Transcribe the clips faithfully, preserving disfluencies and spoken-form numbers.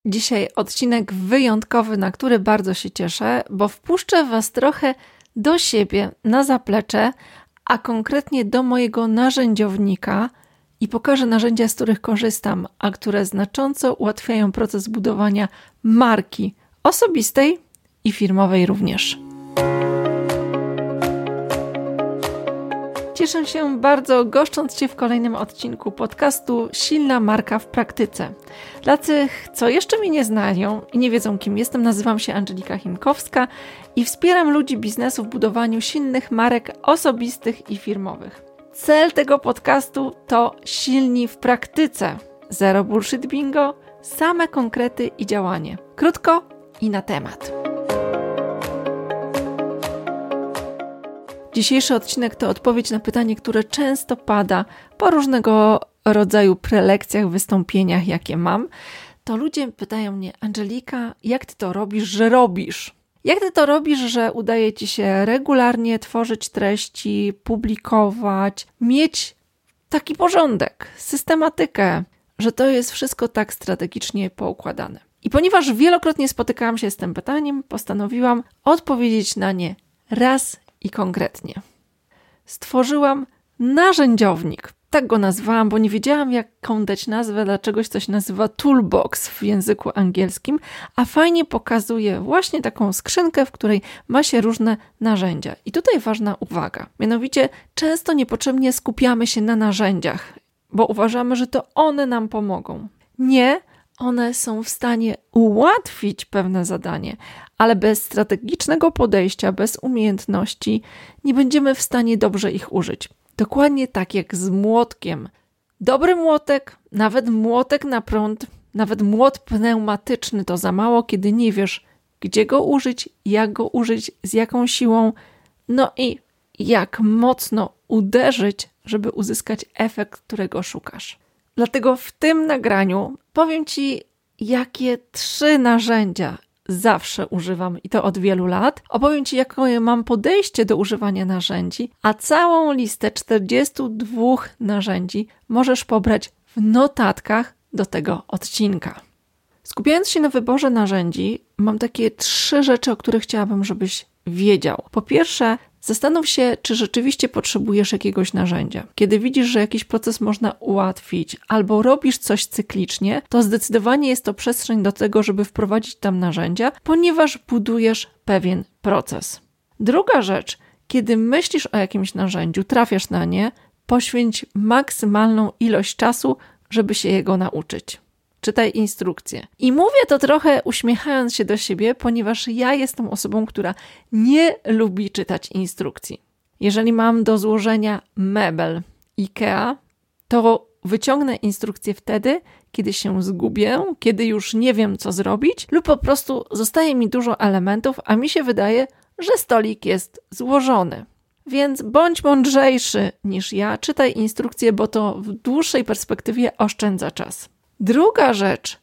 Dzisiaj odcinek wyjątkowy, na który bardzo się cieszę, bo wpuszczę Was trochę do siebie, na zaplecze, a konkretnie do mojego narzędziownika i pokażę narzędzia, z których korzystam, a które znacząco ułatwiają proces budowania marki osobistej i firmowej również. Cieszę się bardzo, goszcząc Cię w kolejnym odcinku podcastu Silna Marka w Praktyce. Dla tych, co jeszcze mnie nie znają i nie wiedzą, kim jestem, nazywam się Angelika Chinkowska i wspieram ludzi biznesu w budowaniu silnych marek osobistych i firmowych. Cel tego podcastu to silni w praktyce. Zero bullshit bingo, same konkrety i działanie. Krótko i na temat. Dzisiejszy odcinek to odpowiedź na pytanie, które często pada po różnego rodzaju prelekcjach, wystąpieniach, jakie mam. To ludzie pytają mnie: Angelika, jak ty to robisz, że robisz? Jak ty to robisz, że udaje ci się regularnie tworzyć treści, publikować, mieć taki porządek, systematykę, że to jest wszystko tak strategicznie poukładane? I ponieważ wielokrotnie spotykałam się z tym pytaniem, postanowiłam odpowiedzieć na nie raz i konkretnie. Stworzyłam narzędziownik. Tak go nazwałam, bo nie wiedziałam, jaką dać nazwę dla czegoś, co się nazywa toolbox w języku angielskim, a fajnie pokazuje właśnie taką skrzynkę, w której ma się różne narzędzia. I tutaj ważna uwaga. Mianowicie często niepotrzebnie skupiamy się na narzędziach, bo uważamy, że to one nam pomogą. Nie, one są w stanie ułatwić pewne zadanie, ale bez strategicznego podejścia, bez umiejętności nie będziemy w stanie dobrze ich użyć. Dokładnie tak jak z młotkiem. Dobry młotek, nawet młotek na prąd, nawet młot pneumatyczny to za mało, kiedy nie wiesz, gdzie go użyć, jak go użyć, z jaką siłą, no i jak mocno uderzyć, żeby uzyskać efekt, którego szukasz. Dlatego w tym nagraniu powiem Ci, jakie trzy narzędzia zawsze używam i to od wielu lat. Opowiem Ci, jakie mam podejście do używania narzędzi, a całą listę czterdziestu dwóch narzędzi możesz pobrać w notatkach do tego odcinka. Skupiając się na wyborze narzędzi, mam takie trzy rzeczy, o których chciałabym, żebyś wiedział. Po pierwsze, zastanów się, czy rzeczywiście potrzebujesz jakiegoś narzędzia. Kiedy widzisz, że jakiś proces można ułatwić albo robisz coś cyklicznie, to zdecydowanie jest to przestrzeń do tego, żeby wprowadzić tam narzędzia, ponieważ budujesz pewien proces. Druga rzecz, kiedy myślisz o jakimś narzędziu, trafiasz na nie, poświęć maksymalną ilość czasu, żeby się jego nauczyć. Czytaj instrukcje. I mówię to trochę uśmiechając się do siebie, ponieważ ja jestem osobą, która nie lubi czytać instrukcji. Jeżeli mam do złożenia mebel IKEA, to wyciągnę instrukcję wtedy, kiedy się zgubię, kiedy już nie wiem, co zrobić, lub po prostu zostaje mi dużo elementów, a mi się wydaje, że stolik jest złożony. Więc bądź mądrzejszy niż ja, czytaj instrukcje, bo to w dłuższej perspektywie oszczędza czas. Druga rzecz,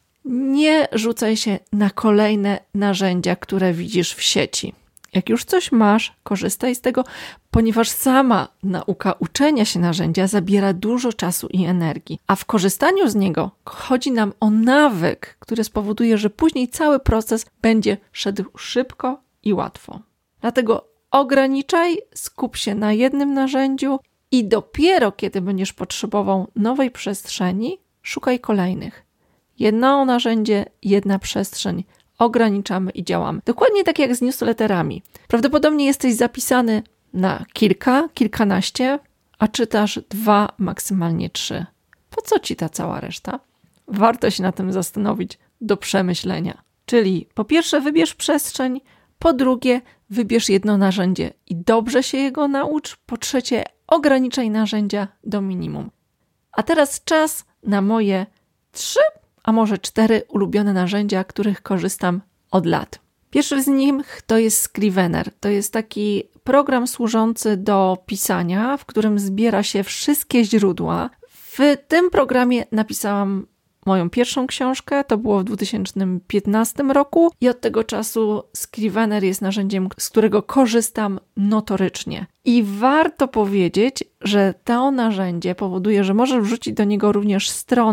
nie rzucaj się na kolejne narzędzia, które widzisz w sieci. Jak już coś masz, korzystaj z tego, ponieważ sama nauka uczenia się narzędzia zabiera dużo czasu i energii, a w korzystaniu z niego chodzi nam o nawyk, który spowoduje, że później cały proces będzie szedł szybko i łatwo. Dlatego ograniczaj, skup się na jednym narzędziu i dopiero kiedy będziesz potrzebował nowej przestrzeni, szukaj kolejnych. Jedno narzędzie, jedna przestrzeń. Ograniczamy i działamy. Dokładnie tak jak z newsletterami. Prawdopodobnie jesteś zapisany na kilka, kilkanaście, a czytasz dwa, maksymalnie trzy. Po co ci ta cała reszta? Warto się na tym zastanowić do przemyślenia. Czyli po pierwsze wybierz przestrzeń, po drugie wybierz jedno narzędzie i dobrze się jego naucz, po trzecie ograniczaj narzędzia do minimum. A teraz czas na moje trzy, a może cztery ulubione narzędzia, których korzystam od lat. Pierwszy z nich to jest Scrivener. To jest taki program służący do pisania, w którym zbiera się wszystkie źródła. W tym programie napisałam moją pierwszą książkę, to było w dwa tysiące piętnastym roku i od tego czasu Scrivener jest narzędziem, z którego korzystam notorycznie. I warto powiedzieć, że to narzędzie powoduje, że możesz wrzucić do niego również strony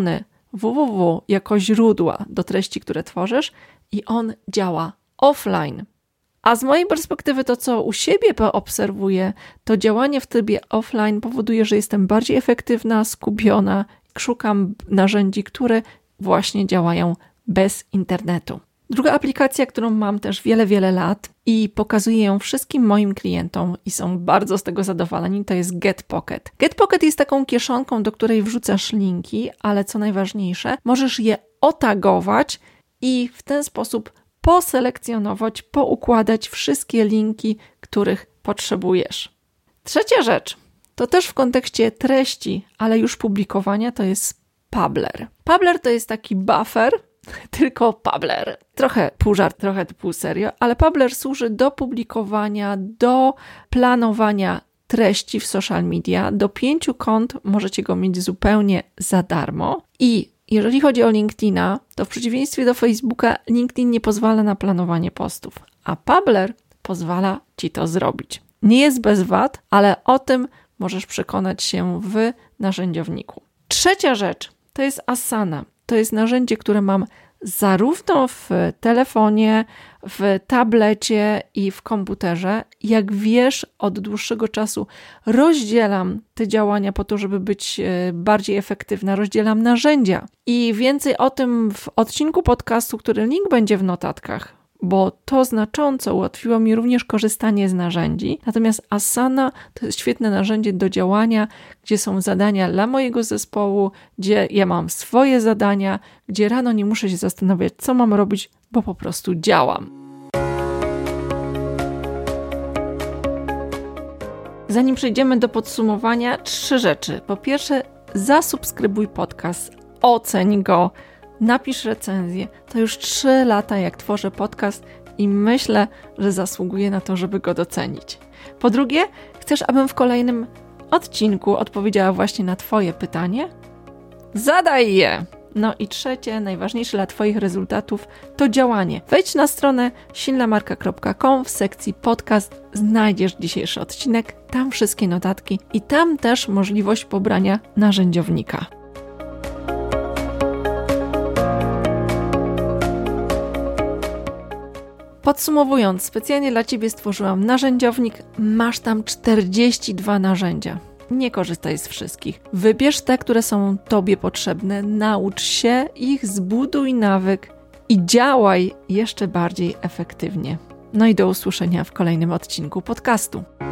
www jako źródła do treści, które tworzysz i on działa offline. A z mojej perspektywy to, co u siebie obserwuję, to działanie w trybie offline powoduje, że jestem bardziej efektywna, skupiona, szukam narzędzi, które właśnie działają bez internetu. Druga aplikacja, którą mam też wiele, wiele lat i pokazuję ją wszystkim moim klientom i są bardzo z tego zadowoleni, to jest GetPocket. GetPocket jest taką kieszonką, do której wrzucasz linki, ale co najważniejsze, możesz je otagować i w ten sposób poselekcjonować, poukładać wszystkie linki, których potrzebujesz. Trzecia rzecz, to też w kontekście treści, ale już publikowania, to jest Publer. Publer to jest taki buffer, tylko Publer. Trochę pół żart, trochę pół serio, ale Publer służy do publikowania, do planowania treści w social media. Do pięciu kont możecie go mieć zupełnie za darmo. I jeżeli chodzi o LinkedIna, to w przeciwieństwie do Facebooka LinkedIn nie pozwala na planowanie postów, a Publer pozwala Ci to zrobić. Nie jest bez wad, ale o tym możesz przekonać się w narzędziowniku. Trzecia rzecz to jest Asana. To jest narzędzie, które mam zarówno w telefonie, w tablecie i w komputerze. Jak wiesz, od dłuższego czasu rozdzielam te działania po to, żeby być bardziej efektywna. Rozdzielam narzędzia. I więcej o tym w odcinku podcastu, który link będzie w notatkach, bo to znacząco ułatwiło mi również korzystanie z narzędzi. Natomiast Asana to jest świetne narzędzie do działania, gdzie są zadania dla mojego zespołu, gdzie ja mam swoje zadania, gdzie rano nie muszę się zastanawiać, co mam robić, bo po prostu działam. Zanim przejdziemy do podsumowania, trzy rzeczy. Po pierwsze, zasubskrybuj podcast, oceń go, napisz recenzję. To już trzy lata, jak tworzę podcast i myślę, że zasługuję na to, żeby go docenić. Po drugie, chcesz, abym w kolejnym odcinku odpowiedziała właśnie na Twoje pytanie? Zadaj je! No i trzecie, najważniejsze dla Twoich rezultatów to działanie. Wejdź na stronę silnamarka kropka com, w sekcji podcast znajdziesz dzisiejszy odcinek, tam wszystkie notatki i tam też możliwość pobrania narzędziownika. Podsumowując, specjalnie dla Ciebie stworzyłam narzędziownik, masz tam czterdzieści dwa narzędzia. Nie korzystaj z wszystkich. Wybierz te, które są Tobie potrzebne, naucz się ich, zbuduj nawyk i działaj jeszcze bardziej efektywnie. No i do usłyszenia w kolejnym odcinku podcastu.